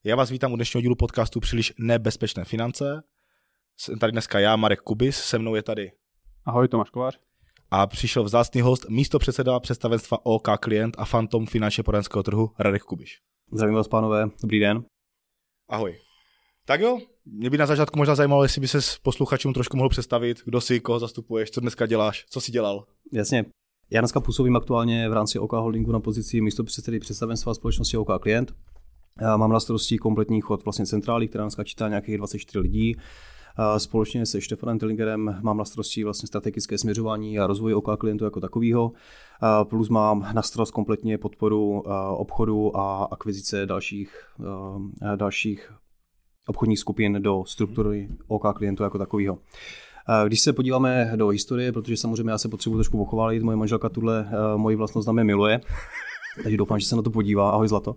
Já vás vítám u dnešního dílu podcastu Příliš nebezpečné finance. Jsem tady dneska já, Marek Kubis, se mnou je tady. Ahoj, Tomáš Kovář. A přišel vzácný host, místopředseda představenstva OK Klient a fantom finančně poradenského trhu Radek Kubiš. Zdravím vás, pánové, dobrý den. Ahoj. Tak jo, mě by na začátku možná zajímalo, jestli by ses posluchačům trošku mohl představit, kdo jsi, koho zastupuješ, co dneska děláš, co jsi dělal. Jasně. Já dneska působím aktuálně v rámci OK Holdingu na pozici místopředsedy představenstva společnosti OK Klient. Já mám na starosti kompletní chod vlastně centrály, která dneska čítá nějakých 24 lidí. Společně se Štefanem Tillingerem mám na starosti vlastně strategické směřování a rozvoj OK Klientu jako takového. Plus mám na starost kompletně podporu obchodu a akvizice dalších obchodních skupin do struktury OK Klientu jako takového. Když se podíváme do historie, protože samozřejmě já se potřebuji trošku pochválit, moje manželka tuhle moji vlastnost na mě miluje, takže doufám, že se na to podívá. Ahoj zlato.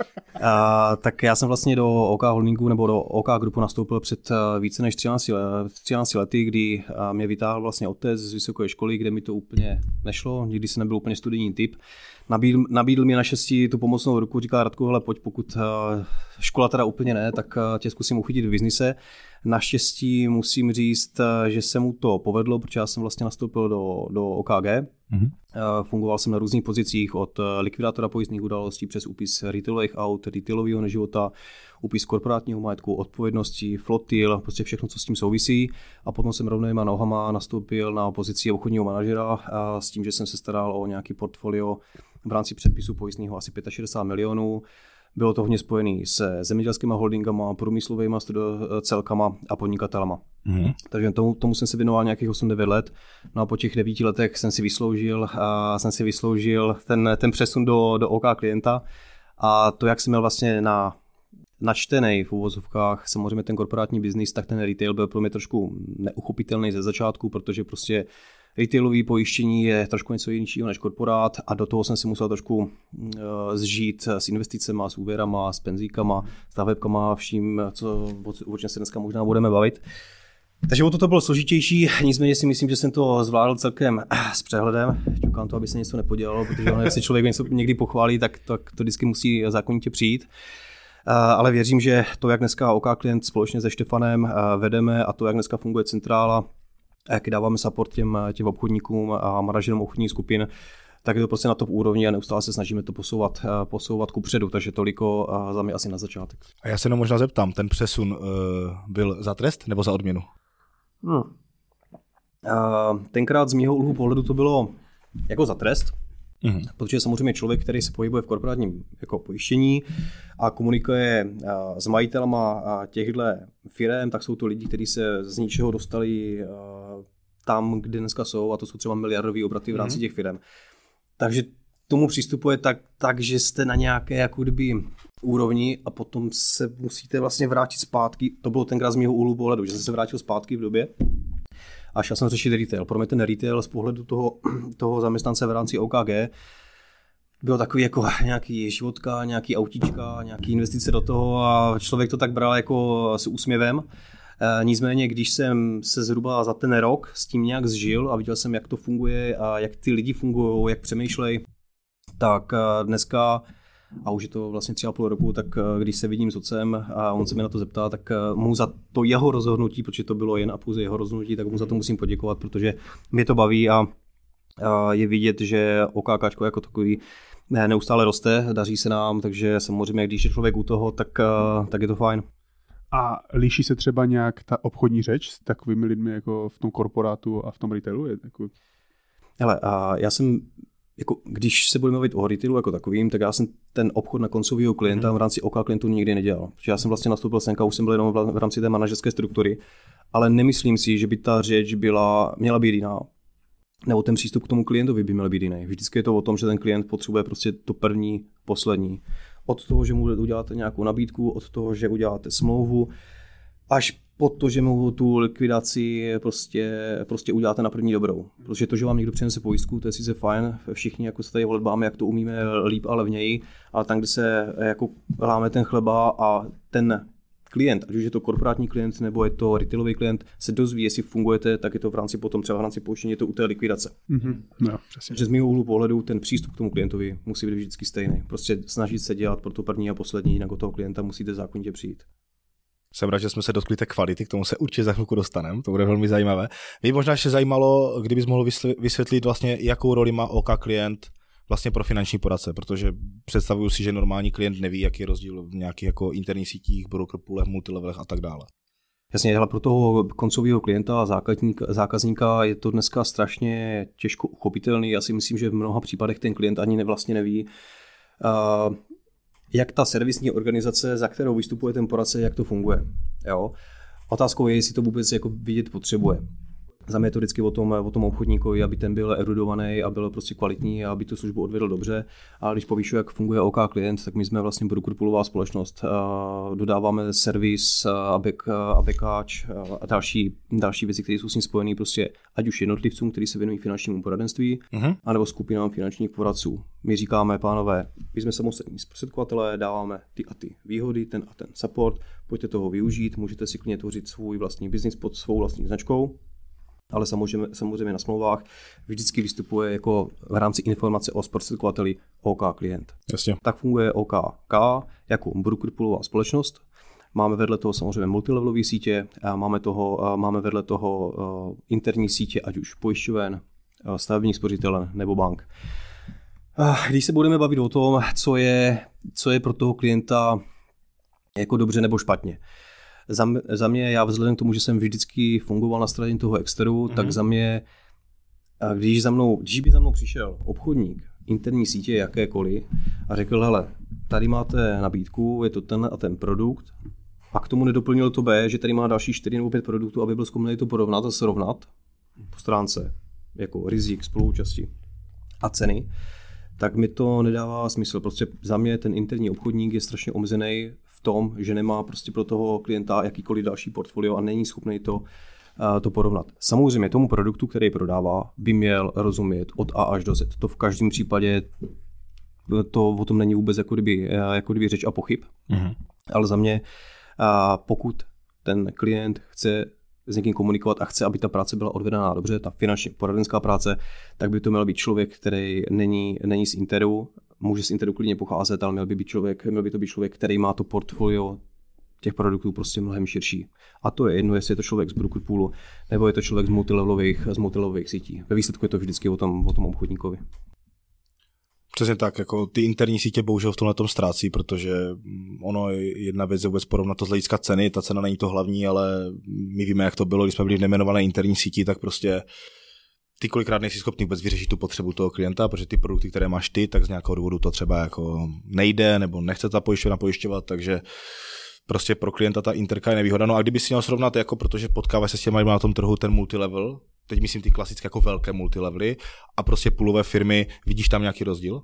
Tak já jsem vlastně do OK Holdingu nebo do OK Grupu nastoupil před více než 13 lety, kdy mě vytáhl vlastně otec z vysoké školy, kde mi to úplně nešlo, nikdy jsem nebyl úplně studijní typ. Nabídl mi naštěstí tu pomocnou ruku, říkal Radku, hele, pojď, pokud škola teda úplně ne, tak tě zkusím uchytit v biznise. Naštěstí musím říct, že se mu to povedlo, protože já jsem vlastně nastoupil do OKG. Fungoval jsem na různých pozicích od likvidátora pojistných událostí přes úpis retailových aut, retailového neživota, úpis korporátního majetku, odpovědnosti, flotil, prostě všechno, co s tím souvisí. A potom jsem rovnýma nohama nastoupil na pozici obchodního manažera s tím, že jsem se staral o nějaký portfolio v rámci předpisu pojistného asi 65 milionů. Bylo to hodně spojené se zemědělskými holdingama, průmyslovými celkama a podnikatelama. Takže tomu jsem se věnoval nějakých 8-9 let. No a po těch 9 letech jsem si vysloužil ten přesun do OK Klienta. A to, jak jsem měl vlastně načtenej v uvozovkách samozřejmě ten korporátní biznis, tak ten retail byl pro mě trošku neuchopitelný ze začátku, protože prostě retailový pojištění je trošku něco jiného než korporát a do toho jsem si musel trošku zžít s investicemi, s úvěrama, s penzíkama, s dávkama, vším, o čem se dneska možná budeme bavit. Takže o to bylo složitější, nicméně si myslím, že jsem to zvládl celkem s přehledem. Ťukám to, aby se něco nepodělalo, protože jak se člověk něco někdy pochválí, tak to vždycky musí zákonitě přijít. Ale věřím, že to, jak dneska OK Klient společně se Štefanem vedeme a to, jak dneska funguje centrála, a jak dáváme support těm obchodníkům a manažerům obchodních skupin, tak je to prostě na top úrovni a neustále se snažíme to posouvat kupředu, takže toliko za mě asi na začátek. A já se jenom možná zeptám, ten přesun byl za trest nebo za odměnu? Tenkrát z mého úhlu pohledu to bylo jako za trest, protože samozřejmě člověk, který se pohybuje v korporátním jako pojištění a komunikuje s majitelama těchto firem, tak jsou to lidi, kteří se z ničeho dostali tam, kde dneska jsou, a to jsou třeba miliardové obraty v rámci těch firem. Takže tomu přistupuje tak, že jste na nějaké jako kdyby úrovni a potom se musíte vlastně vrátit zpátky. To bylo tenkrát z mého úhlu pohledu, že jsem se vrátil zpátky v době a šel jsem řešit retail. Pro mě ten retail z pohledu toho zaměstnance v rámci OKG bylo takový jako nějaký životka, nějaký autíčka, nějaký investice do toho a člověk to tak bral jako s úsměvem. Nicméně, když jsem se zhruba za ten rok s tím nějak zžil a viděl jsem, jak to funguje a jak ty lidi fungují, jak přemýšlejí, tak dneska, a už je to vlastně 3,5 roku, tak když se vidím s otcem a on se mi na to zeptá, tak mu za to jeho rozhodnutí, protože to bylo jen a pouze jeho rozhodnutí, tak mu za to musím poděkovat, protože mě to baví a je vidět, že OKKčko jako takový neustále roste, daří se nám, takže samozřejmě, když je člověk u toho, tak je to fajn. A liší se třeba nějak ta obchodní řeč s takovými lidmi jako v tom korporátu a v tom retailu? Hele, já jsem, jako, když se budeme mluvit o retailu jako takovým, tak já jsem ten obchod na koncového klienta v rámci OK Klientu nikdy nedělal. Protože já jsem vlastně nastoupil senka, už jsem byl jenom v rámci té manažerské struktury, ale nemyslím si, že by ta řeč měla být jiná. Nebo ten přístup k tomu klientovi by měl být jiný. Vždycky je to o tom, že ten klient potřebuje prostě to první, poslední. Od toho, že mu uděláte nějakou nabídku, od toho, že uděláte smlouvu, až po to, že mu tu likvidaci prostě uděláte na první dobrou. Protože to, že vám někdo přinese pojistku, to je sice fajn, všichni jako se tady dbáme, jak to umíme líp a levněji, ale tam, kde se jako láme ten chleba a ten klient, ať už je to korporátní klient nebo je to retailový klient, se dozví, jestli fungujete, tak je to v rámci potom třeba v rámci pojištění, je to u té likvidace. No, přesně. Takže z mého úhlu pohledu ten přístup k tomu klientovi musí být vždycky stejný. Prostě snažit se dělat pro to první a poslední, jinak od toho klienta musíte zákonitě přijít. Jsem rád, že jsme se dotkli té kvality, k tomu se určitě za chvilku dostaneme, to bude velmi zajímavé. Mě možná ještě zajímalo, kdybys mohl vysvětlit vlastně, jakou roli má OK klient vlastně pro finanční poradce, protože představuju si, že normální klient neví, jaký je rozdíl v nějakých jako interních sítích, broker poolech, multilevelech a tak dále. Jasně, ale pro toho koncového klienta a zákazníka je to dneska strašně těžko uchopitelný. Já si myslím, že v mnoha případech ten klient ani vlastně neví, jak ta servisní organizace, za kterou vystupuje ten poradce, jak to funguje. Jo? Otázkou je, jestli to vůbec jako vidět potřebuje. Za mě je to vždycky o tom obchodníkovi, aby ten byl erudovaný a byl prostě kvalitní a aby tu službu odvedl dobře. A když popíšu, jak funguje OK klient, tak my jsme vlastně broker poolová společnost. Dodáváme servis a backáč a další věci, které jsou s ním spojené, prostě ať už jednotlivcům, kteří se věnují finančnímu poradenství, anebo skupinám finančních poradců. My říkáme, pánové, my jsme samostatní zprostředkovatelé, dáváme ty a ty výhody, ten a ten support, pojďte toho využít, můžete si klidně tvořit svůj vlastní biznis pod svou vlastní značkou. Ale samozřejmě na smlouvách vždycky vystupuje jako v rámci informace o zprostředkovateli OK klient. Jasně. Tak funguje OKK jako broker poolová společnost. Máme vedle toho samozřejmě multilevelové sítě, a máme vedle toho interní sítě, ať už pojišťoven, stavebních spořitelen nebo bank. Když se budeme bavit o tom, co je pro toho klienta jako dobře nebo špatně. Za mě, já vzhledem k tomu, že jsem vždycky fungoval na straně toho exteru, tak za mě, když by za mnou přišel obchodník interní sítě jakékoliv a řekl, hele, tady máte nabídku, je to ten a ten produkt, a k tomu nedoplnil to B, že tady má další 4 nebo 5 produktů, aby byl schopný to porovnat a srovnat po stránce jako rizik, spoluúčasti a ceny, tak mi to nedává smysl. Prostě za mě ten interní obchodník je strašně omezený v tom, že nemá prostě pro toho klienta jakýkoliv další portfolio a není schopný to porovnat. Samozřejmě tomu produktu, který prodává, by měl rozumět od A až do Z. To v každém případě to o tom není vůbec jako kdyby řeč a pochyb. Ale za mě, pokud ten klient chce s někým komunikovat a chce, aby ta práce byla odvedená dobře, ta finanční poradenská práce, tak by to měl být člověk, který není z Interu, může z Interu klidně pocházet, ale měl by to být člověk, který má to portfolio těch produktů prostě mnohem širší. A to je jedno, jestli je to člověk z broker poolu, nebo je to člověk z multilevelových sítí. Ve výsledku je to vždycky o tom obchodníkovi. Přesně tak, jako ty interní sítě bohužel v tomhle tom ztrácí, protože ono jedna věc je vůbec porovnat to z hlediska ceny, ta cena není to hlavní, ale my víme, jak to bylo, když jsme byli v nejmenované interní síti, tak prostě ty kolikrát nejsi schopný vůbec vyřešit tu potřebu toho klienta, protože ty produkty, které máš ty, tak z nějakého důvodu to třeba jako nejde, nebo nechce ta pojišťovna pojišťovat, takže prostě pro klienta ta interka je nevýhoda. No a kdyby si měl srovnat, jako protože potkáváš se s těmi na tom trhu ten multilevel, teď myslím ty klasické jako velké multilevely a prostě poolové firmy, vidíš tam nějaký rozdíl?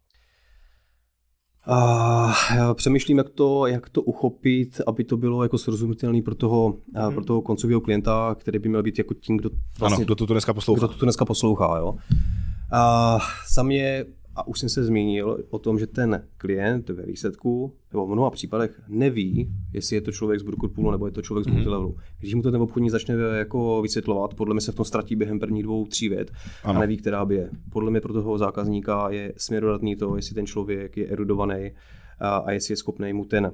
Já přemýšlím, jak to uchopit, aby to bylo jako srozumitelné pro toho koncového klienta, který by měl být jako tím, kdo vlastně, kdo to dneska poslouchá. Jo. Za mě, a už jsem se zmínil o tom, že ten klient ve výsledku, nebo v mnoha případech neví, jestli je to člověk z broker poolu nebo je to člověk z multilevelu. Když mu to ten obchodník začne jako vysvětlovat, podle mě se v tom ztratí během prvních 2-3 vět a neví, která by je. Podle mě pro toho zákazníka je směrodatný to, jestli ten člověk je erudovaný a jestli je schopný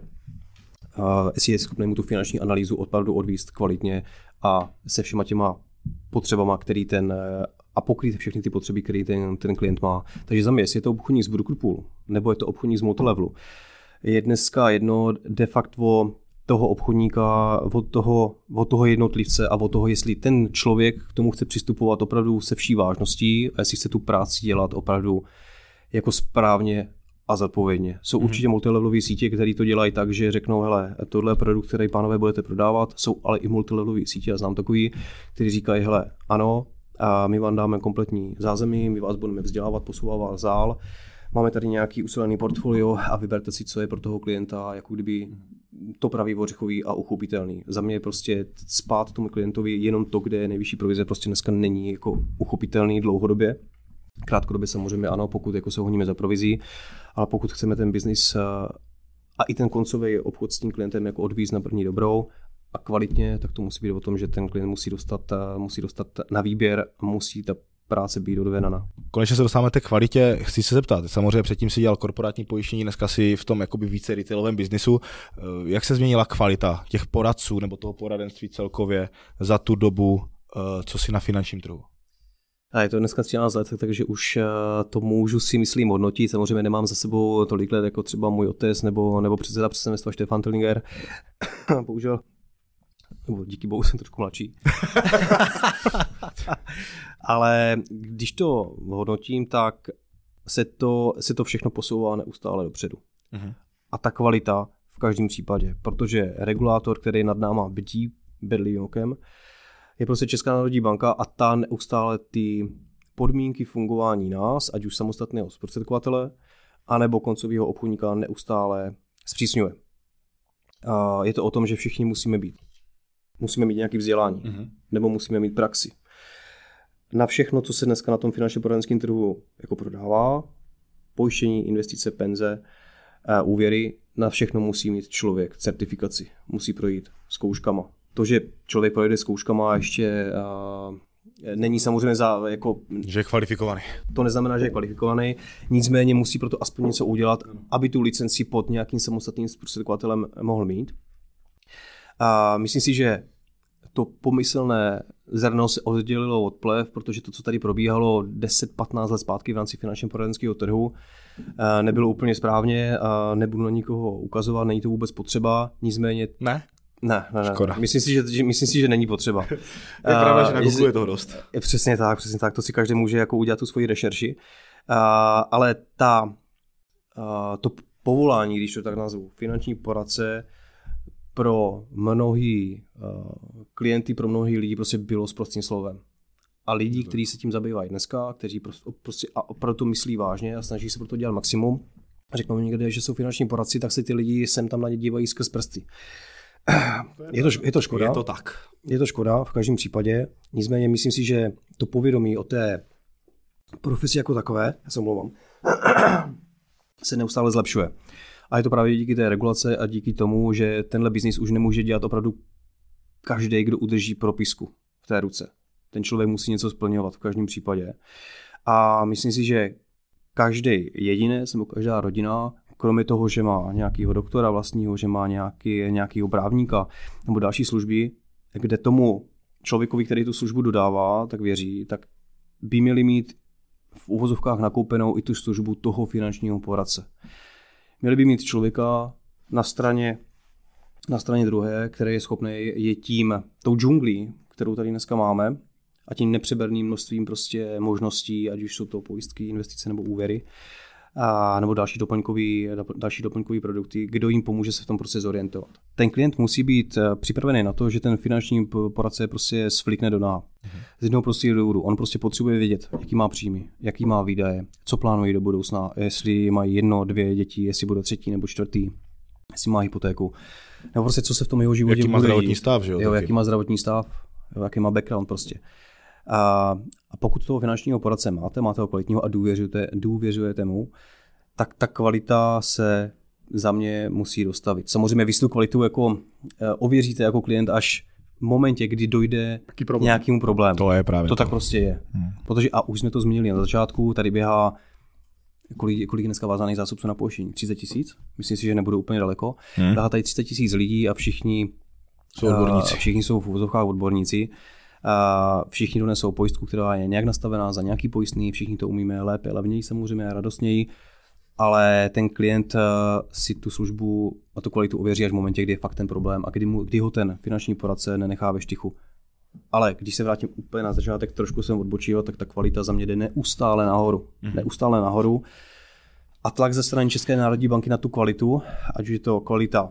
mu tu finanční analýzu opravdu odvíst kvalitně a se všema těma potřebama, který a pokrýt všechny ty potřeby, které ten klient má. Takže za mě, jestli je to obchodník z broker poolu, nebo je to obchodník z multilevelu, je dneska jedno de facto toho obchodníka, od toho jednotlivce a od toho, jestli ten člověk k tomu chce přistupovat opravdu se vší vážností a jestli chce tu práci dělat opravdu jako správně a zodpovědně. Jsou určitě multilevelové sítě, které to dělají tak, že řeknou, hele, tohle je produkt, který pánové budete prodávat, jsou ale i multilevelové sítě, já znám takový, kteří říkají, hele, ano, a my vám dáme kompletní zázemí, my vás budeme vzdělávat, posouvat vás dál, máme tady nějaký usilený portfolio a vyberte si, co je pro toho klienta, jako kdyby to pravý, ořechový a uchopitelný. Za mě je prostě spát tomu klientovi jenom to, kde je nejvyšší provize, prostě dneska není jako uchopitelný dlouhodobě. Krátkodobě samozřejmě ano, pokud jako se honíme za provizí, ale pokud chceme ten biznis a i ten koncový obchod s tím klientem jako odvízt na první dobrou a kvalitně, tak to musí být o tom, že ten klient musí dostat na výběr a musí ta práce být odvedena. Konečně se dostáváme té kvalitě, chci se zeptat, samozřejmě předtím si dělal korporátní pojištění, dneska si v tom jakoby více retailovém biznisu. Jak se změnila kvalita těch poradců nebo toho poradenství celkově za tu dobu, co si na finančním trhu? A je to dneska 13 let, takže už to můžu si myslím hodnotit. Samozřejmě nemám za sebou tolik let jako třeba můj otec nebo předseda představenstva Štefan Tillinger. Bohužel, nebo díky bohu jsem trošku mladší. Ale když to hodnotím, tak se to všechno posouvá neustále dopředu. Uh-huh. A ta kvalita v každém případě, protože regulátor, který nad náma bdí bedlivým okem, je prostě Česká národní banka a ta neustále ty podmínky fungování nás, ať už samostatného zprostředkovatele, anebo koncového obchodníka neustále zpřísňuje. A je to o tom, že všichni musíme mít nějaké vzdělání, nebo musíme mít praxi. Na všechno, co se dneska na tom finančně poradenském trhu jako prodává, pojištění, investice, penze, úvěry, na všechno musí mít člověk certifikaci, musí projít zkouškama. To, že člověk projde zkouškama ještě není samozřejmě že je kvalifikovaný. To neznamená, že je kvalifikovaný, nicméně musí proto aspoň něco udělat, aby tu licenci pod nějakým samostatným zprostředkovatelem mohl mít. A myslím si, že to pomyslné zrno se oddělilo od plev, protože to, co tady probíhalo 10-15 let zpátky v rámci finančně poradenského trhu, nebylo úplně správně a nebudu na nikoho ukazovat, není to vůbec potřeba, nicméně... Ne. Myslím si, že není potřeba. Je pravda, že na Google je toho dost. Přesně tak, to si každý může jako udělat tu svoji rešerši, ale to povolání, když to tak nazvu, finanční poradce, pro mnohý klienty, pro mnohý lidi prostě bylo s prostým slovem. A lidi, kteří se tím zabývají dneska, kteří prostě opravdu to myslí vážně a snaží se pro to dělat maximum, řeknou někde, že jsou finanční poradci, tak se ty lidi sem tam na ně dívají skrz prsty. Je to škoda. Je to tak. Je to škoda v každém případě. Nicméně myslím si, že to povědomí o té profesi jako takové, já se omlouvám, se neustále zlepšuje. A je to právě díky té regulace a díky tomu, že tenhle biznis už nemůže dělat opravdu každý, kdo udrží propisku v té ruce. Ten člověk musí něco splňovat v každém případě. A myslím si, že každý jedinec nebo každá rodina, kromě toho, že má nějakého doktora vlastního, že má nějakého právníka nebo další služby, kde tomu člověkovi, který tu službu dodává, tak věří, tak by měli mít v uvozovkách nakoupenou i tu službu toho finančního poradce. Měli by mít člověka na straně druhé, který je schopný je tou džunglí, kterou tady dneska máme, a tím nepřeberným množstvím prostě možností, ať už jsou to pojistky, investice nebo úvěry, nebo další doplňkový produkty, kdo jim pomůže se v tom prostě zorientovat. Ten klient musí být připravený na to, že ten finanční poradce prostě svlikne do dna. Z jednoho prostého důvodu. On prostě potřebuje vědět, jaký má příjmy, jaký má výdaje, co plánují do budoucna, jestli mají 1, 2 děti, jestli bude 3. nebo 4., jestli má hypotéku. Nebo prostě co se v tom jeho životě jaký má zdravotní stav, že jo? Jaký má zdravotní stav, jaký má background prostě. A pokud toho finančního poradce máte ho kvalitního a důvěřujete mu, tak ta kvalita se za mě musí dostavit. Samozřejmě vy tu kvalitu jako ověříte jako klient až v momentě, kdy dojde k nějakému problému. To je právě to. Tak prostě je. Protože, a už jsme to zmínili na začátku, tady běhá kolik dneska vázaných zástupců na pojištění? 30 000? Myslím si, že nebudou úplně daleko. Běhá tady 30 000 lidí a všichni jsou odborníci. Všichni jsou v uvozovkách odborníci. Všichni donesou pojistku, která je nějak nastavená za nějaký pojistný, všichni to umíme lépe, levněji samozřejmě, radostněji, ale ten klient si tu službu a tu kvalitu ověří až v momentě, kdy je fakt ten problém a kdy ho ten finanční poradce nenechá ve štychu. Ale když se vrátím úplně na začátek, trošku jsem odbočil, tak ta kvalita za mě jde neustále nahoru. Neustále nahoru. A tlak ze strany České národní banky na tu kvalitu, ať už je to kvalita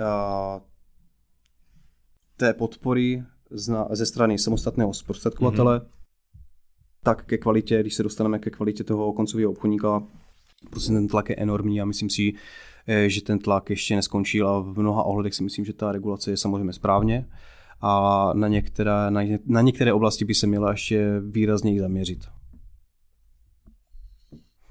té podpory ze strany samostatného zprostředkovatele, tak ke kvalitě, když se dostaneme ke kvalitě toho koncového obchodníka, prostě ten tlak je enormní a myslím si, že ten tlak ještě neskončil a v mnoha ohledech si myslím, že ta regulace je samozřejmě správně a na některé oblasti by se měla ještě výrazněji zaměřit.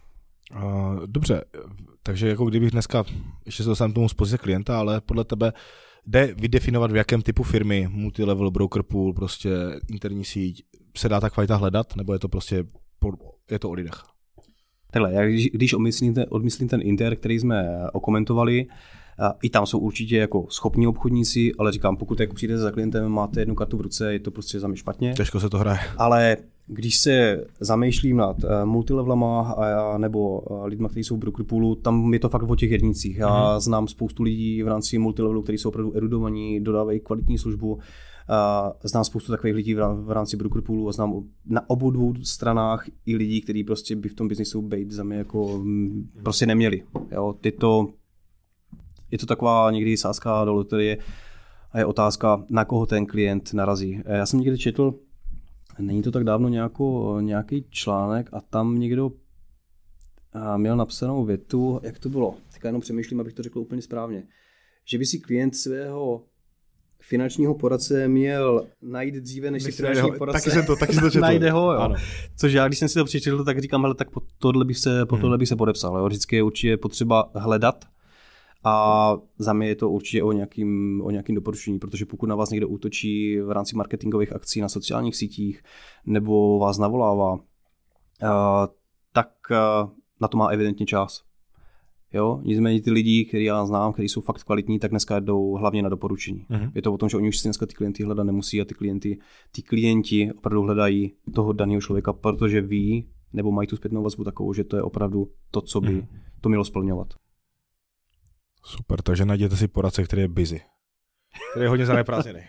Dobře, takže jako kdybych dneska, ještě se dostanu k tomu z pozice klienta, ale podle tebe jde vydefinovat, v jakém typu firmy, multilevel, broker pool, prostě interní síť, se dá ta kvalita hledat, nebo je to prostě, je to o lidech? Takhle, když odmyslím ten inter, který jsme okomentovali, i tam jsou určitě jako schopní obchodníci, ale říkám, pokud jako přijdete za klientem, máte jednu kartu v ruce, je to prostě za mě špatně. Těžko se to hraje. Ale když se zamýšlím nad multilevelama nebo lidma, kteří jsou v broker poolu, tam je to fakt o těch jednicích. Já znám spoustu lidí v rámci multilevelu, kteří jsou opravdu erudovaní, dodávají kvalitní službu. Znám spoustu takových lidí v rámci broker poolu a znám na obou dvou stranách i lidí, kteří prostě by v tom biznisu být za mě jako prostě neměli. Jo, je to taková někdy sázka do loterie a je otázka, na koho ten klient narazí. Já jsem někdy četl, není to tak dávno nějaký článek a tam někdo měl napsanou větu, jak to bylo, teďka jenom přemýšlím, abych to řekl úplně správně, že by si klient svého finančního poradce měl najít dříve, než si finanční poradce taky jsem to četl. Najde ho. Jo. Což já, když jsem si to přečetl, tak říkám, hele, tak po tohle bych se podepsal. Jo. Vždycky je určitě potřeba hledat a za mě je to určitě o nějakým doporučení, protože pokud na vás někdo útočí v rámci marketingových akcí na sociálních sítích nebo vás navolává, tak na to má evidentně čas. Jo, nicméně ty lidi, který já znám, kteří jsou fakt kvalitní, tak dneska jdou hlavně na doporučení. Je to o tom, že oni už si dneska ty klienty hledat nemusí a ty klienti opravdu hledají toho daného člověka, protože ví, nebo mají tu zpětnou vazbu takovou, že to je opravdu to, co by to mělo splňovat. Super, takže najděte si poradce, který je busy. Který je hodně zaneprázdněný.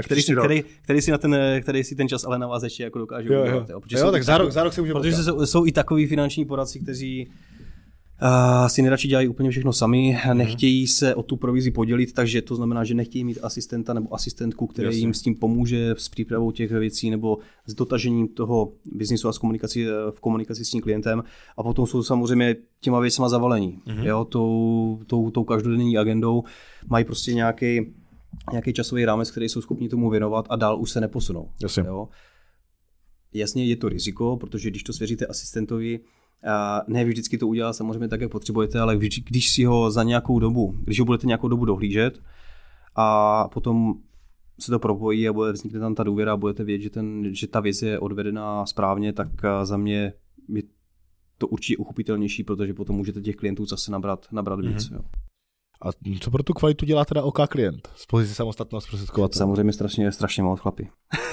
Který si ten čas ale na vás ještě jako dokáže udělat. Tak za rok se může protože jsou i takový finanční poradci, kteří si nejradši dělají úplně všechno sami, nechtějí se o tu provizi podělit, takže to znamená, že nechtějí mít asistenta nebo asistentku, který jim s tím pomůže s přípravou těch věcí nebo s dotažením toho biznisu a v komunikaci s tím klientem a potom jsou samozřejmě těma věcma zavalení. Jo, tou každodenní agendou mají prostě nějaký časový rámec, který jsou schopni tomu věnovat a dál už se neposunou. Jasně je to riziko, protože když to svěříte asistentovi, ne vždycky to udělá samozřejmě tak, jak potřebujete, ale když si ho za nějakou dobu, když ho budete nějakou dobu dohlížet a potom se to propojí a vznikne tam ta důvěra a budete vědět, že ta věc je odvedená správně, tak za mě je to určitě uchopitelnější, protože potom můžete těch klientů zase nabrat víc. Jo. A co pro tu kvalitu dělá teda OK klient z pozice samostatného zprostředkovatele? Samozřejmě strašně moc chlapi.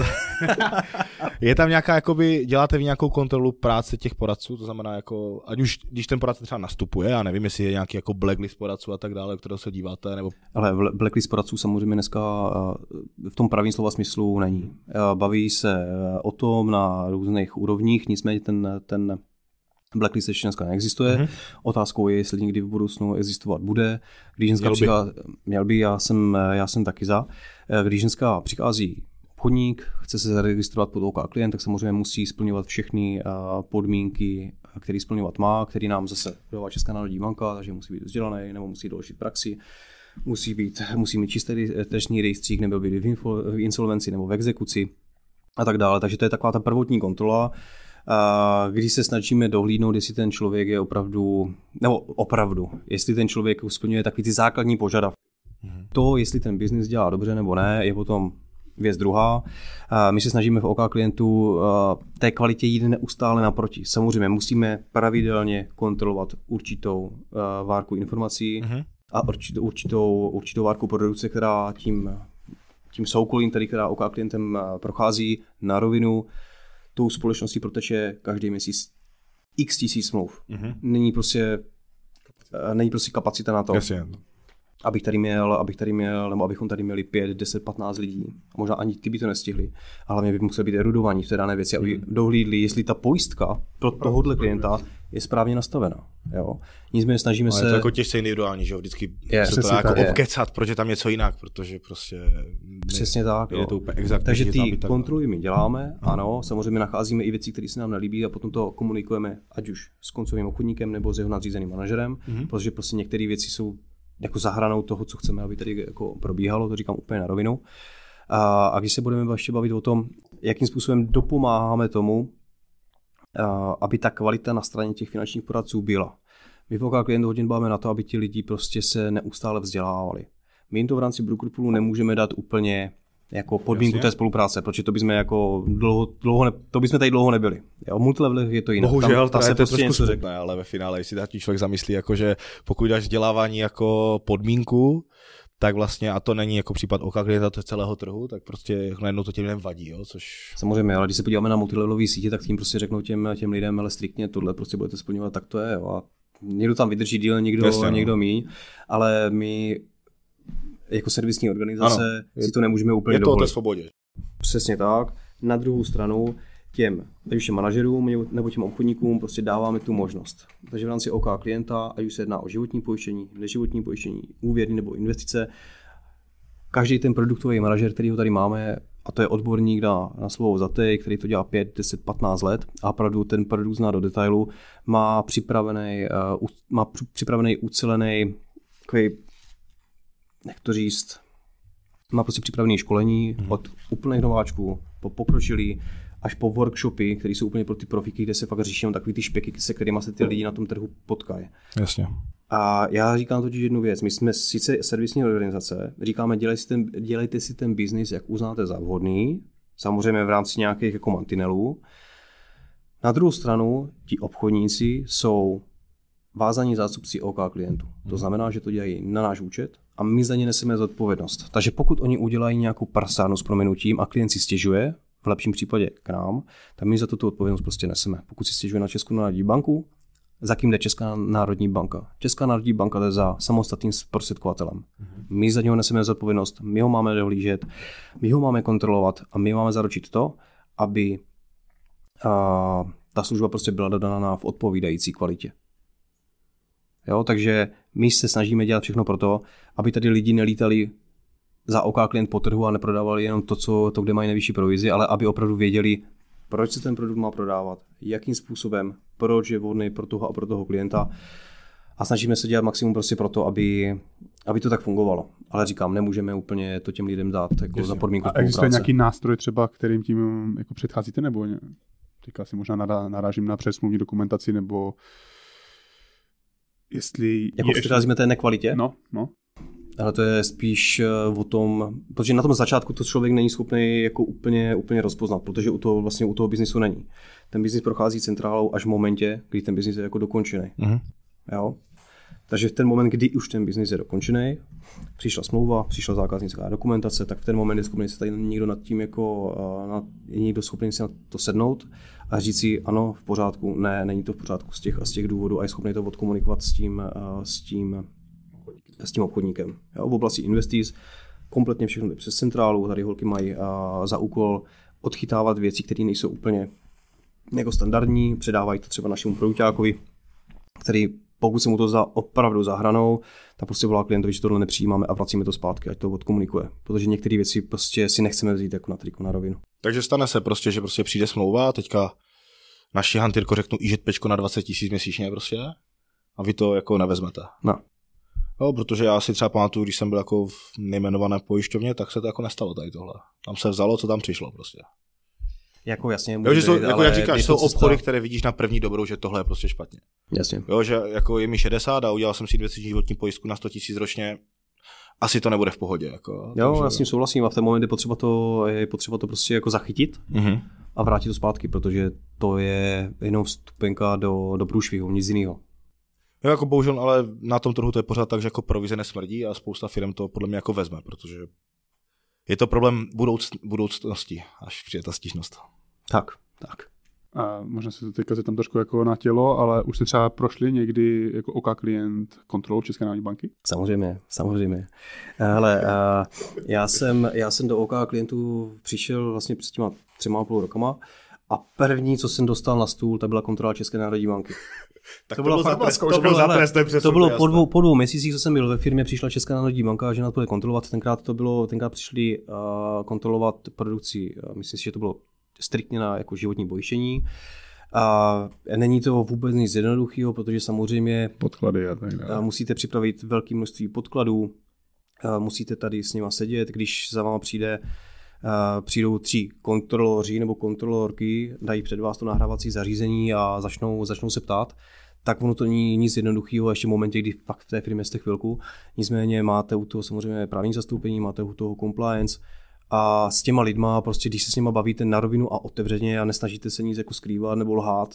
Je tam nějaká, jakoby, děláte vy nějakou kontrolu práce těch poradců, to znamená, jako, ať už když ten poradce třeba nastupuje, já nevím, jestli je nějaký jako blacklist poradců a tak dále, kterého se díváte, nebo... Ale blacklist poradců samozřejmě dneska v tom pravým slova smyslu není. Baví se o tom na různých úrovních, nicméně ten blacklist ještě dneska neexistuje. Otázkou je, jestli někdy v budoucnu existovat bude. Když dneska měl by, já jsem taky za. Když dneska přichází obchodník, chce se zaregistrovat pod OK klient, tak samozřejmě musí splňovat všechny podmínky, které splňovat má, který nám zase dodává Česká národní banka, takže musí být vzdělaný, nebo musí doložit praxi, musí mít čistý trestní rejstřík, nebo být v insolvenci nebo v exekuci a tak dále. Takže to je taková ta prvotní kontrola, když se snažíme dohlídnout, jestli ten člověk je opravdu, jestli ten člověk splňuje takový ty základní požadavky. To, jestli ten biznis dělá dobře nebo ne, je potom věc druhá. My se snažíme v OK klientu té kvalitě jít neustále naproti. Samozřejmě musíme pravidelně kontrolovat určitou várku informací a určitou várku produkce, která tím soukolím, která OK klientem prochází na rovinu, tou společností proteče každý měsíc x tisíc smluv. Není prostě kapacita na to. Abych tady měl, nebo abychom tady měli 5, 10, 15 lidí. A možná ani ty by to nestihli. Ale hlavně by museli být erudovaní v té dané věci, aby dohlídli, jestli ta pojistka pro tohohle klienta je správně nastavena. Jo? Nicméně snažíme se... Je to jako těžce individuální, že jo? Vždycky se to dá jako obkecat, protože tam něco jinak, protože prostě... Přesně tak. Je to úplně exaktní. Takže ty kontroly my děláme, ano, samozřejmě nacházíme i věci, které se nám nelíbí a potom to komunikujeme ať už s koncovým obchodníkem nebo s jeho nadřízeným manažerem, protože prostě některé věci jsou jako za hranou toho, co chceme, aby tady jako probíhalo, to říkám úplně na rovinu. A když se budeme ještě bavit o tom, jakým způsobem dopomáháme tomu, aby ta kvalita na straně těch finančních poradců byla. My v OK Klient hodně dbáme na to, aby ti lidi prostě se neustále vzdělávali. My jim to v rámci Brokerpoolu nemůžeme dát úplně jako podmínku té spolupráce, protože to bychom jako to bychom tady dlouho nebyli. O multilevelech je to jinak. Bohužel, tam je to trošku smutné, ale ve finále, jestli tak člověk zamyslí, jakože pokud dáš vzdělávání jako podmínku, tak vlastně, a to není jako případ OK Klienta, to je celého trhu, tak prostě najednou to těm lidem vadí, jo, což... Samozřejmě, ale když se podíváme na multilevelové sítě, tak tím prostě řeknou těm lidem, ale striktně tohle prostě budete splňovat, tak to je, jo. A někdo tam vydrží díl, někdo míň, ale my jako servisní organizace si to nemůžeme úplně dovolit. Je to o té svobodě. Přesně tak. Na druhou stranu těm manažerům nebo těm obchodníkům prostě dáváme tu možnost. Takže v rámci OK Klienta, ať už se jedná o životní pojištění, neživotní pojištění, úvěry nebo investice, každý ten produktový manažer, který ho tady máme, a to je odborník na slovo zatej, který to dělá 5, 10, 15 let a opravdu ten produkt zná do detailu, má připravený ucelený, takový, jak to říct, má prostě připravené školení od úplných nováčků po pokročilý až po workshopy, které jsou úplně pro ty profíky, kde se fakt řeší takový ty špeky, se kterými se ty lidi na tom trhu potkají. Jasně. A já říkám totiž jednu věc. My jsme sice servisní organizace, říkáme, dělejte si ten biznis, jak uznáte za vhodný, samozřejmě v rámci nějakých jako mantinelů. Na druhou stranu, ti obchodníci jsou vázaní zástupci OK Klientů. To znamená, že to dělají na náš účet a my za ně neseme zodpovědnost. Takže pokud oni udělají nějakou prasárnu s prominutím a klient si stěžuje, v lepším případě k nám, tak my za to tu odpovědnost prostě neseme. Pokud si stěžuje na Českou národní banku, za kým jde Česká národní banka? Česká národní banka jde za samostatným zprostředkovatelem. My za něho neseme zodpovědnost, my ho máme dohlížet, my ho máme kontrolovat a my máme zaručit to, aby ta služba prostě byla dodána v odpovídající kvalitě. Jo, takže my se snažíme dělat všechno pro to, aby tady lidi nelítali za OK Klient po trhu a neprodávali jenom to, kde mají nejvyšší provizi, ale aby opravdu věděli, proč se ten produkt má prodávat, jakým způsobem, proč je vhodný pro toho a pro toho klienta. A snažíme se dělat maximum prostě pro to, aby to tak fungovalo. Ale říkám, nemůžeme úplně to těm lidem dát jako za podmínku spolupráce. A existuje nějaký nástroj třeba, kterým tím jako předcházíte, nebo teďka si možná narážím na přesmluvní dokumentaci, nebo jestli... Jako předcházíme té nekvalitě? No. Ale to je spíš o tom, protože na tom začátku to člověk není schopný jako úplně rozpoznat, protože u toho biznisu není. Ten biznis prochází centrálou až v momentě, kdy ten biznis je jako dokončený. Jo? Takže v ten moment, kdy už ten biznis je dokončený, přišla smlouva, přišla zákaznická dokumentace, tak v ten moment je schopný se tady někdo nad tím je někdo schopný si na to sednout a říct si ano, v pořádku, ne, není to v pořádku z těch důvodů a je schopný to odkomunikovat s tím obchodníkem. Jo, v oblasti investic kompletně všechno jde přes centrálu, tady holky mají za úkol odchytávat věci, které nejsou úplně jako standardní, předávají to třeba našemu produktákovi, který pokud se mu to opravdu za hranou, tak prostě volá klientovi, že tohle nepřijímáme a vracíme to zpátky, ať to odkomunikuje. Protože některé věci prostě si nechceme vzít jako na triko na rovinu. Takže stane se prostě, že prostě přijde smlouva a teďka naši hantýrko řeknu IŽPčko na 20 000 měsíčně prostě a vy to jako nevezmete. No. Jo, protože já si třeba pamatuju, když jsem byl jako v nejmenované pojišťovně, tak se to jako nestalo tady tohle. Tam se vzalo, co tam přišlo prostě. Jako jasně. Jo, že jsou, jako jak říkáš, jsou obchody, které vidíš na první dobrou, že tohle je prostě špatně. Jasně. Jo, že jako je mi 60 a udělal jsem si investiční životní pojistku na 100 000 ročně, asi to nebude v pohodě. Jako, jo, já s tím souhlasím a v ten moment je potřeba to prostě jako zachytit a vrátit to zpátky, protože to je jenom vstupenka do průšvihu, nic jiného. Jo, jako bohužel, ale na tom trhu to je pořád tak, že jako provize nesmrdí a spousta firm to podle mě jako vezme, protože je to problém budoucnosti, až přijde ta stížnost. Tak. A možná se to teďka se tam trošku jako na tělo, ale už jste třeba prošli někdy jako OK Klient kontrolou České národní banky? Samozřejmě. Hele, já jsem do OK Klientů přišel vlastně před těma 3,5 rokama a první, co jsem dostal na stůl, tak byla kontrola České národní banky. Tak to bylo za trest, to bylo po 2 měsících, co jsem byl ve firmě, přišla Česká národní banka, že nás bude kontrolovat. Tenkrát přišli kontrolovat produkci, myslím si, že to bylo striktně na jako životní pojištění. A není to vůbec nic jednoduchého, protože samozřejmě podklady a tak dále. Musíte připravit velké množství podkladů, musíte tady s nima sedět, když za váma přijde přijdou 3 kontroloři nebo kontrolorky, dají před vás to nahrávací zařízení a začnou se ptát, tak ono to není nic jednoduchého ještě v momentě, kdy fakt v té firmě jste chvilku. Nicméně máte u toho samozřejmě právní zastoupení, máte u toho compliance a s těma lidma, prostě když se s nima bavíte na rovinu a otevřeně a nesnažíte se nic jako skrývat nebo lhát,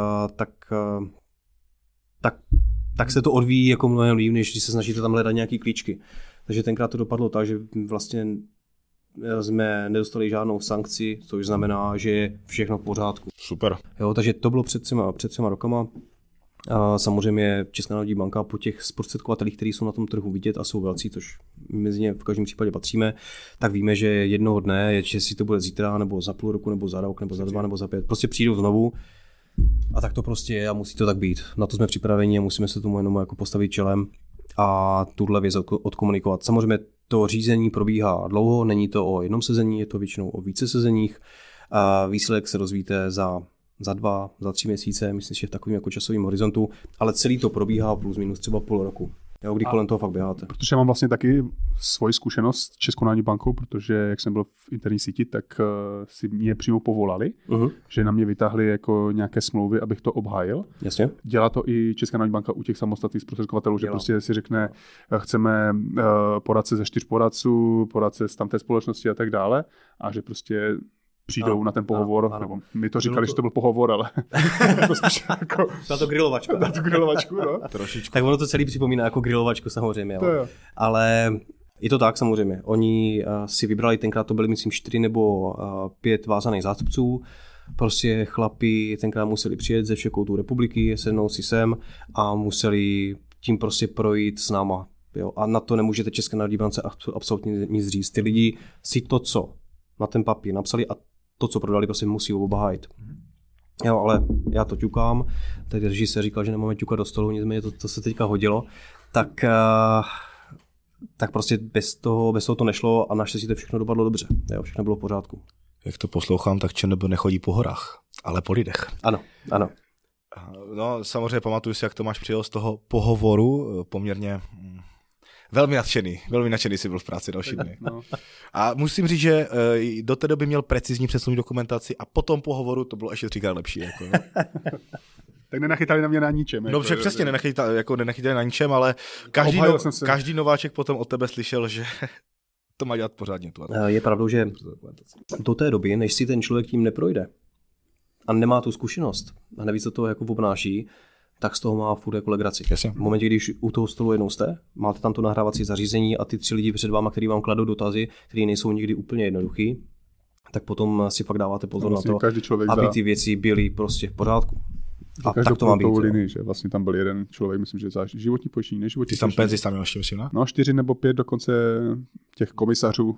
tak se to odvíjí jako mnohem líp, než když se snažíte tam hledat nějaký klíčky. Takže tenkrát to dopadlo tak, že vlastně jsme nedostali žádnou sankci, což znamená, že je všechno v pořádku. Super. Jo, takže to bylo před třema rokama. A samozřejmě Česká národní banka po těch zprostředkovatelích, kteří jsou na tom trhu vidět a jsou velcí, což mezi ně v každém případě patříme, tak víme, že jednoho dne, jestli to bude zítra, nebo za půl roku, nebo za rok, nebo za 2, nebo za 5, prostě přijdou znovu. A tak to prostě je a musí to tak být. Na to jsme připraveni a musíme se tomu jenom jako postavit čelem a tuhle věc odkomunikovat. Samozřejmě to řízení probíhá dlouho, není to o jednom sezení, je to většinou o více sezeních. A výsledek se dozvíte za 2, za 3 měsíce, myslím, že v takovém jako časovém horizontu, ale celý to probíhá plus minus třeba půl roku. Jo, kdy kolem toho fakt běháte. Protože mám vlastně taky svoji zkušenost s Českou národní bankou, protože jak jsem byl v interní síti, tak si mě přímo povolali, že na mě vytáhli jako nějaké smlouvy, abych to obhájil. Jasně. Dělá to i Česká národní banka u těch samostatných zprostředkovatelů, že prostě si řekne, chceme poradce ze 4 poradců, poradce z tamté společnosti a tak dále, a že prostě přijdou na ten pohovor, nebo mi to říkali, že to byl pohovor, ale jako na to grilovačku. Na tu grilovačku, no. Trošičku. Tak ono to celý připomíná jako grilovačku samozřejmě. Jo. Ale je to tak samozřejmě. Oni si vybrali, tenkrát to byly myslím 4 nebo 5 vázaných zástupců. Prostě chlapi tenkrát museli přijet ze všech koutů republiky, sednout si sem a museli tím prostě projít s náma. Jo. A na to nemůžete České národní bance absolutně nic říct. Ty lidi si to, co na ten papír napsali a to, co prodali, prostě musí obhájit. Jo, ale já to ťukám, takže režisér říkal, že nemáme ťukat do stolu, nicméně to se teďka hodilo, tak prostě bez toho to nešlo a naštěstí to všechno dopadlo dobře. Jo, všechno bylo v pořádku. Jak to poslouchám, tak ČNB nechodí po horách, ale po lidech. Ano. No, samozřejmě pamatuju si, jak Tomáš přijel z toho pohovoru, poměrně velmi nadšený jsi byl v práci další dny. No. A musím říct, že do té doby měl precizní představní dokumentaci a po tom pohovoru to bylo ještě 3krát lepší. Jako. Tak nenachytali na mě na ničem. No jako, přesně, nenachytali na ničem, ale každý nováček potom od tebe slyšel, že to má dělat pořádně. Je pravdou, že do té doby, než si ten člověk tím neprojde a nemá tu zkušenost a neví, co to jako obnáší, tak z toho má furt jako legraci. V momentě, když u toho stolu jednou jste, máte tam to nahrávací zařízení a ty 3 lidi před váma, kteří vám kladou dotazy, které nejsou nikdy úplně jednoduchý, tak potom si fakt dáváte pozor vlastně na to, aby ty věci byly prostě v pořádku. A tak to má být. Linii, že vlastně tam byl jeden člověk, myslím, že za životní pojištění, neživotní pojištění. Ty tam penzi tam měl ještě, myslím, ne? No, 4 nebo 5 dokonce těch komisařů.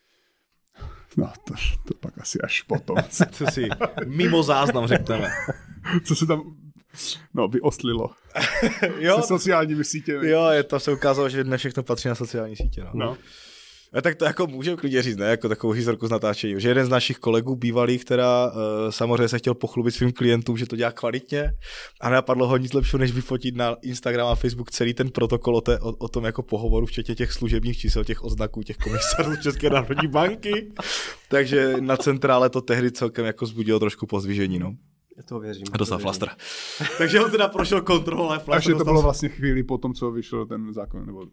No, to pak asi až potom. To si mimo záznam řekneme. Co se tam vyoslilo. Jo, se sociálními sítěmi. Jo, to se ukázalo, že ne všechno patří na sociální sítě. No. A tak to jako můžeme klidně říct, ne? Jako takovou historku z natáčení. Že jeden z našich kolegů bývalých, která samozřejmě se chtěl pochlubit svým klientům, že to dělá kvalitně a nenapadlo ho nic lepšího, než vyfotit na Instagram a Facebook celý ten protokol o tom jako pohovoru, včetně těch služebních čísel, těch odznaků, těch komisařů České národní banky. Takže na centrále to tehdy celkem jako vzbudilo trošku pozdvižení, no. To věřím. A dostal flastr. Takže on teda prošel kontrolu, ale flastr. Takže to bylo vlastně chvíli po tom, co vyšel ten zákon, nebo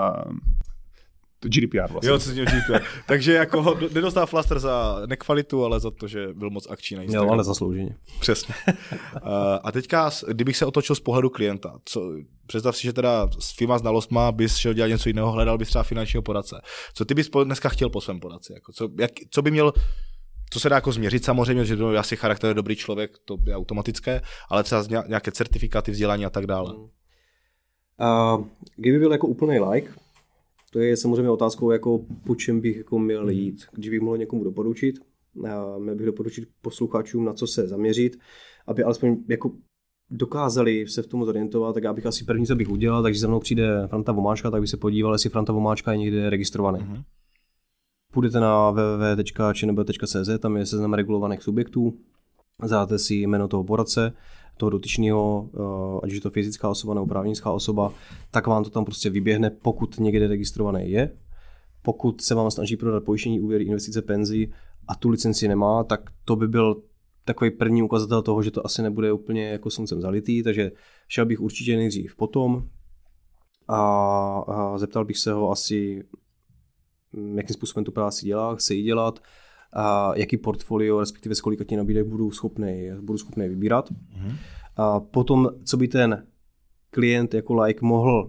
to GDPR vlastně. Jo, co se GDPR. Takže jako nedostal flastr za nekvalitu, ale za to, že byl moc akční na Instagramu. Jo, ale zaslouženě. Přesně. A teďka, kdybych se otočil z pohledu klienta, představ si, že teda s svýma znalostma bys šel dělat něco jiného, hledal bys třeba finančního poradce. Co ty bys dneska chtěl po svém poradci? Jako co by měl, co se dá jako změřit samozřejmě, že asi charakter je dobrý člověk, to je automatické, ale třeba nějaké certifikáty, vzdělání a tak dále. Kdyby byl jako úplný like, to je samozřejmě otázkou, jako po čem bych jako měl jít. Když bych mohl někomu doporučit, měl bych doporučit posluchačům, na co se zaměřit, aby alespoň jako dokázali se v tom zorientovat, tak já bych asi první, co bych udělal, takže za mnou přijde Franta Vomáčka, tak bych se podíval, jestli Franta Vomáčka je někde registrovaný. Mm-hmm. Půjdete na www.čnb.cz, tam je seznam regulovaných subjektů, zadáte si jméno toho poradce, toho dotyčného, ať je to fyzická osoba nebo právnická osoba, tak vám to tam prostě vyběhne, pokud někde registrovaný je. pokud se vám snaží prodat pojištění, úvěry, investice, penzi a tu licenci nemá, tak to by byl takový první ukazatel toho, že to asi nebude úplně jako sluncem zalitý, takže šel bych určitě nejdřív potom a zeptal bych se ho asi, jakým způsobem tu práci dělá, chce ji dělat, a jaký portfolio, respektive z kolika těch nabídek budu schopný vybírat. A potom, co by ten klient jako like mohl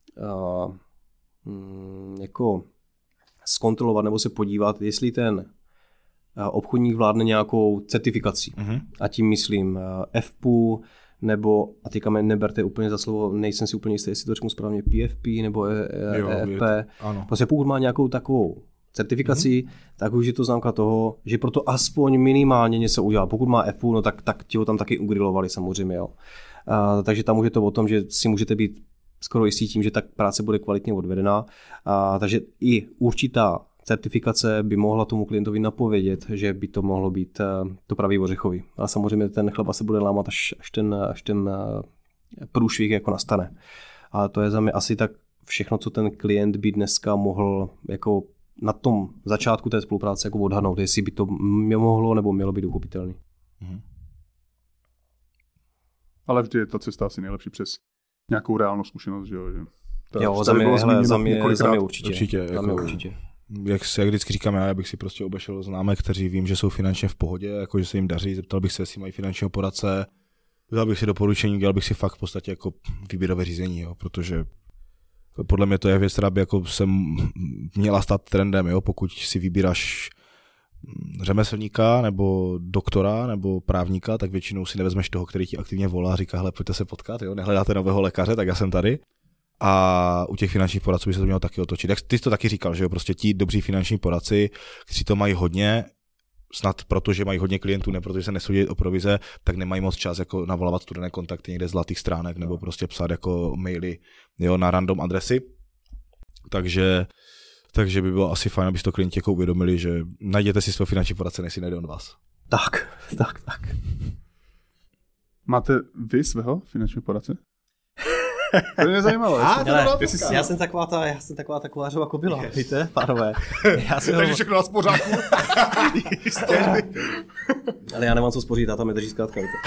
jako zkontrolovat nebo se podívat, jestli ten obchodník vládne nějakou certifikací. A tím myslím FPU, nebo, a teďka mě neberte úplně za slovo, nejsem si úplně jistý, jestli to řeknu správně, PFP nebo EFP. Prostě pokud má nějakou takovou certifikaci, tak už je to známka toho, že proto aspoň minimálně něco udělá. Pokud má FPU, no tak ti ho tam taky ugrilovali samozřejmě. Jo. Takže tam už je to o tom, že si můžete být skoro jistý tím, že ta práce bude kvalitně odvedená. Takže i určitá certifikace by mohla tomu klientovi napovědět, že by to mohlo být to pravý ořechový. A samozřejmě ten chleba se bude lámat, až ten průšvih jako nastane. A to je za mě asi tak všechno, co ten klient by dneska mohl jako na tom začátku té spolupráce jako odhadnout, jestli by to mohlo nebo mělo být uchopitelné. Ale vždy je ta cesta asi nejlepší přes nějakou reálnou zkušenost, že jo? Jo, za mě určitě. Jak vždycky říkám, já bych si prostě obešel známek, kteří vím, že jsou finančně v pohodě, jako že se jim daří, zeptal bych se, jestli mají finančního poradce, dal bych si doporučení, dělal bych si fakt v podstatě jako výběrové řízení, jo, protože podle mě to je věc, která by jako se měla stát trendem, jo, pokud si vybíráš řemeslníka nebo doktora nebo právníka, tak většinou si nevezmeš toho, který ti aktivně volá a říká, hele, pojďte se potkat, jo, nehledáte nového lékaře, tak já jsem tady. A u těch finančních poradců by se to mělo taky otočit. Jak ty jsi to taky říkal, že jo, prostě ti dobří finanční poradci, kteří to mají hodně, snad protože mají hodně klientů, ne protože se nesoudí o provize, tak nemají moc čas jako navolávat studené kontakty někde z zlatých stránek nebo prostě psát jako maily, jo, na random adresy. Takže by bylo asi fajn, aby si to klienti jako uvědomili, že najděte si svého finanční poradce, než si najde on vás. Tak. Máte vy svého finančního poradce? To mě zajímalo. Já jsem taková ta kolářová kobila, víte, pánové. Takže všechno nás pořádku. Ale já nemám co spořit, táta mi drží zkrátka, víte.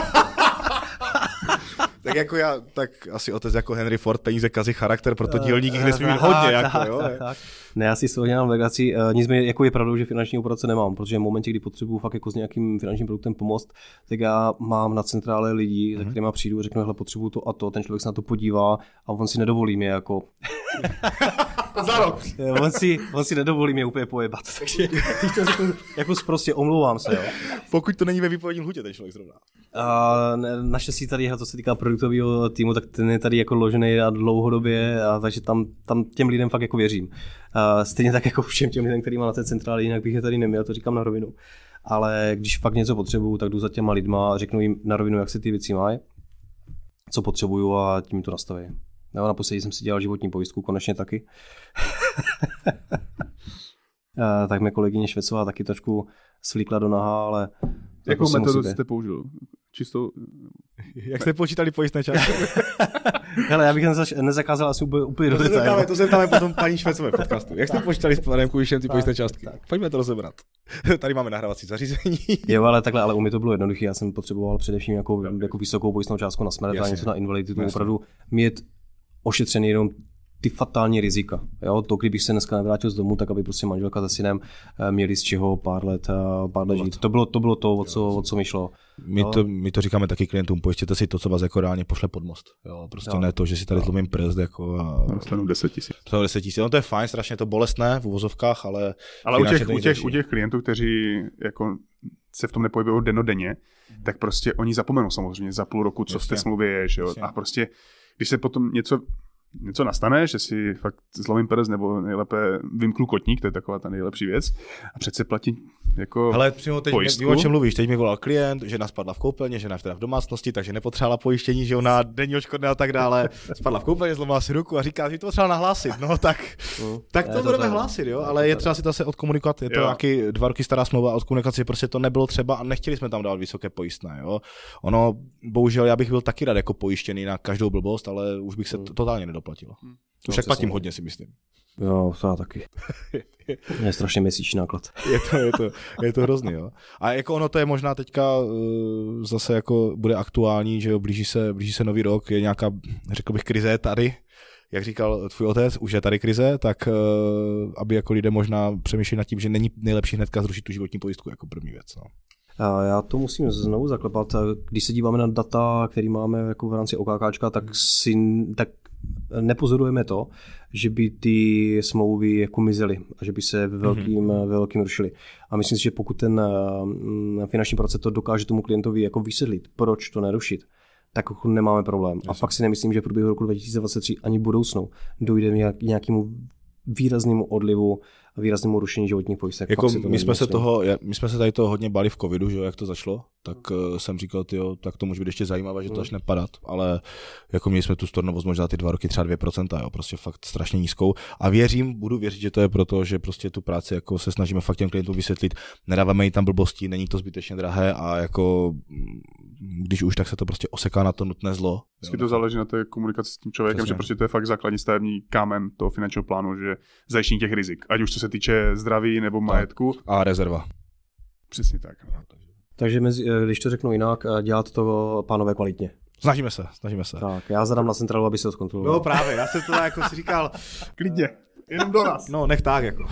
Tak jako já, tak asi otec jako Henry Ford, peníze kazí charakter, proto dílník jich nesmí mít hodně. Tak. Ne, já si z toho dělám legraci. Nicméně jako je pravdou, že finanční poradce nemám, protože v momentě, kdy potřebuji fakt jako s nějakým finančním produktem pomoct, tak já mám na centrále lidí, za kterýma přijdu a řeknu, hele, potřebuju to a to, ten člověk se na to podívá a on si nedovolí mě jako... Za rok. On si nedovolí mě úplně pojebat, takže to řeknu, jako prostě omlouvám se, jo. Pokud to není ve výpovědním lhůtě, ten člověk zrovna. Naštěstí tady, co se týká produktového týmu, tak ten je tady jako ložený a dlouhodobě, takže tam těm lidem fakt jako věřím. Stejně tak jako všem těm lidem, který má na té centrále, jinak bych je tady neměl, to říkám na rovinu. Ale když fakt něco potřebuju, tak jdu za těma lidma a řeknu jim na rovinu, jak se ty věci mají, co potřebuju a tím to nastaví. No, naposledy jsem si dělal životní pojistku, konečně taky. Tak mě kolegyně Švecová taky trošku svlíkla do naha, ale... Jakou metodu jste použil? Čistou... Jak jste počítali pojistné částky? Hele, já bych nezakázal asi úplně do detailu. To se ptáme potom paní Švecové podcastu. Jak jste počítali s panem Kujišem ty pojistné částky? Tak. Pojďme to rozebrat. Tady máme nahrávací zařízení. Jo, ale u mě to bylo jednoduché. Já jsem potřeboval především jako vysokou pojistnou částku na smrt a něco na invaliditu. Opravdu mít ošetřený jenom ty fatální rizika. Jo? To, kdybych se dneska nevrátil z domu, tak aby prostě manželka se synem měli z čeho pár let žít. To bylo to, o co mi šlo. My to říkáme taky klientům, pojistěte si to, co vás jako reálně pošle pod most. Jo? Prostě ne to, že si tady zlomím prst. Jako dostanu 10 000. 10 000. No to je fajn, strašně to bolestné v uvozovkách, ale u těch klientů, kteří jako se v tom nepohybují dennodenně, tak prostě oni zapomenou samozřejmě za půl roku, co v té smlouvě je. Že jo? A prostě, když se potom něco nastane, že si fakt zlomím prst nebo nejlépe vymknu kotník, to je taková ta nejlepší věc. A přece platí jako hele, přímo teď o čem mluvíš, teď mi volal klient, že nás spadla v koupelně, že v domácnosti, takže nepotřebovala pojištění, že ona denní odškodné a tak dále. Spadla v koupelně, zlomila si ruku a říká, že to potřeba nahlásit. No tak to budeme hlásit, jo, ale je třeba si to se odkomunikovat, je to nějaký 2 roky stará smlouva, odkomunikaci prostě to nebylo třeba a nechtěli jsme tam dávat vysoké pojistné, jo. Ono bohužel já bych byl taky rád jako pojištěný na každou blbost, ale už bych se totálně nedoplatilo. Už tak platím hodně, si myslím. Jo, to já taky. Je strašně měsíční náklad. Je to hrozný, jo. A jako ono to je možná teďka zase jako bude aktuální, že jo, blíží se nový rok, je nějaká, řekl bych, krize tady, jak říkal tvůj otec, už je tady krize, tak aby jako lidé možná přemýšleli nad tím, že není nejlepší hnedka zrušit tu životní pojistku jako první věc, no. Já to musím znovu zaklepat. Když se díváme na data, které máme jako v rámci OKKčka, tak nepozorujeme to, že by ty smlouvy jako mizely a že by se velkým rušily. A myslím si, že pokud ten finanční poradce to dokáže tomu klientovi jako vysvětlit, proč to nerušit, tak nemáme problém. A fakt si nemyslím, že v průběhu roku 2023 ani budoucnu dojde k nějakému výraznému odlivu, výraznému rušení životních pojistek. Jako my jsme se tady toho hodně báli v covidu, že jak to začalo, tak jsem říkal, tyjo, tak to může být ještě zajímavé, že to začne padat, ale jako měli jsme tu stornovost možná ty 2 roky třeba 2%, jo, prostě fakt strašně nízkou a budu věřit, že to je proto, že prostě tu práci jako se snažíme fakt těm klientům vysvětlit, nedáváme jí tam blbosti, není to zbytečně drahé a jako když už, tak se to prostě oseká na to nutné zlo. Vždycky to záleží na té komunikaci s tím člověkem, přesně. Že prostě to je fakt základní stavební kámen toho finančního plánu, že zajištění těch rizik, ať už to se týče zdraví nebo majetku. A rezerva. Přesně tak. Takže když to řeknu jinak, dělat to pánové kvalitně. Snažíme se. Tak, já zadám na centrálu, aby se to zkontroloval. No právě, já jsem to jako si říkal, klidně, jenom do nás. No, nech tak jako.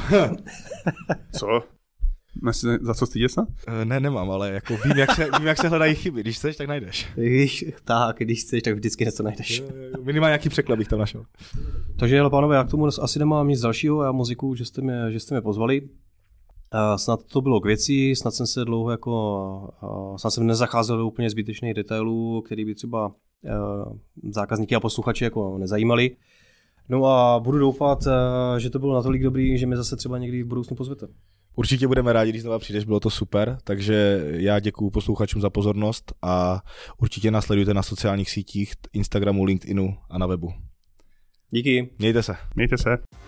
Co? Za co stydět snad? Ne, nemám, ale jako vím, jak se hledají chyby. Když chceš, tak najdeš. Když chceš, tak vždycky něco najdeš. Minimálně nějaký překlad bych tam našel. Takže, hele, pánové, já k tomu asi nemám nic dalšího. Já moc děkuju, že jste mě pozvali. Snad to bylo k věci, snad jsem se snad jsem nezacházel do úplně zbytečných detailů, který by třeba zákazníky a posluchači jako nezajímali. No a budu doufat, že to bylo natolik dobrý, že mě zase třeba někdy v budoucnu pozvete. Určitě budeme rádi, když znova přijdeš, bylo to super, takže já děkuju posluchačům za pozornost a určitě nás sledujte na sociálních sítích, Instagramu, LinkedInu a na webu. Díky. Mějte se. Mějte se.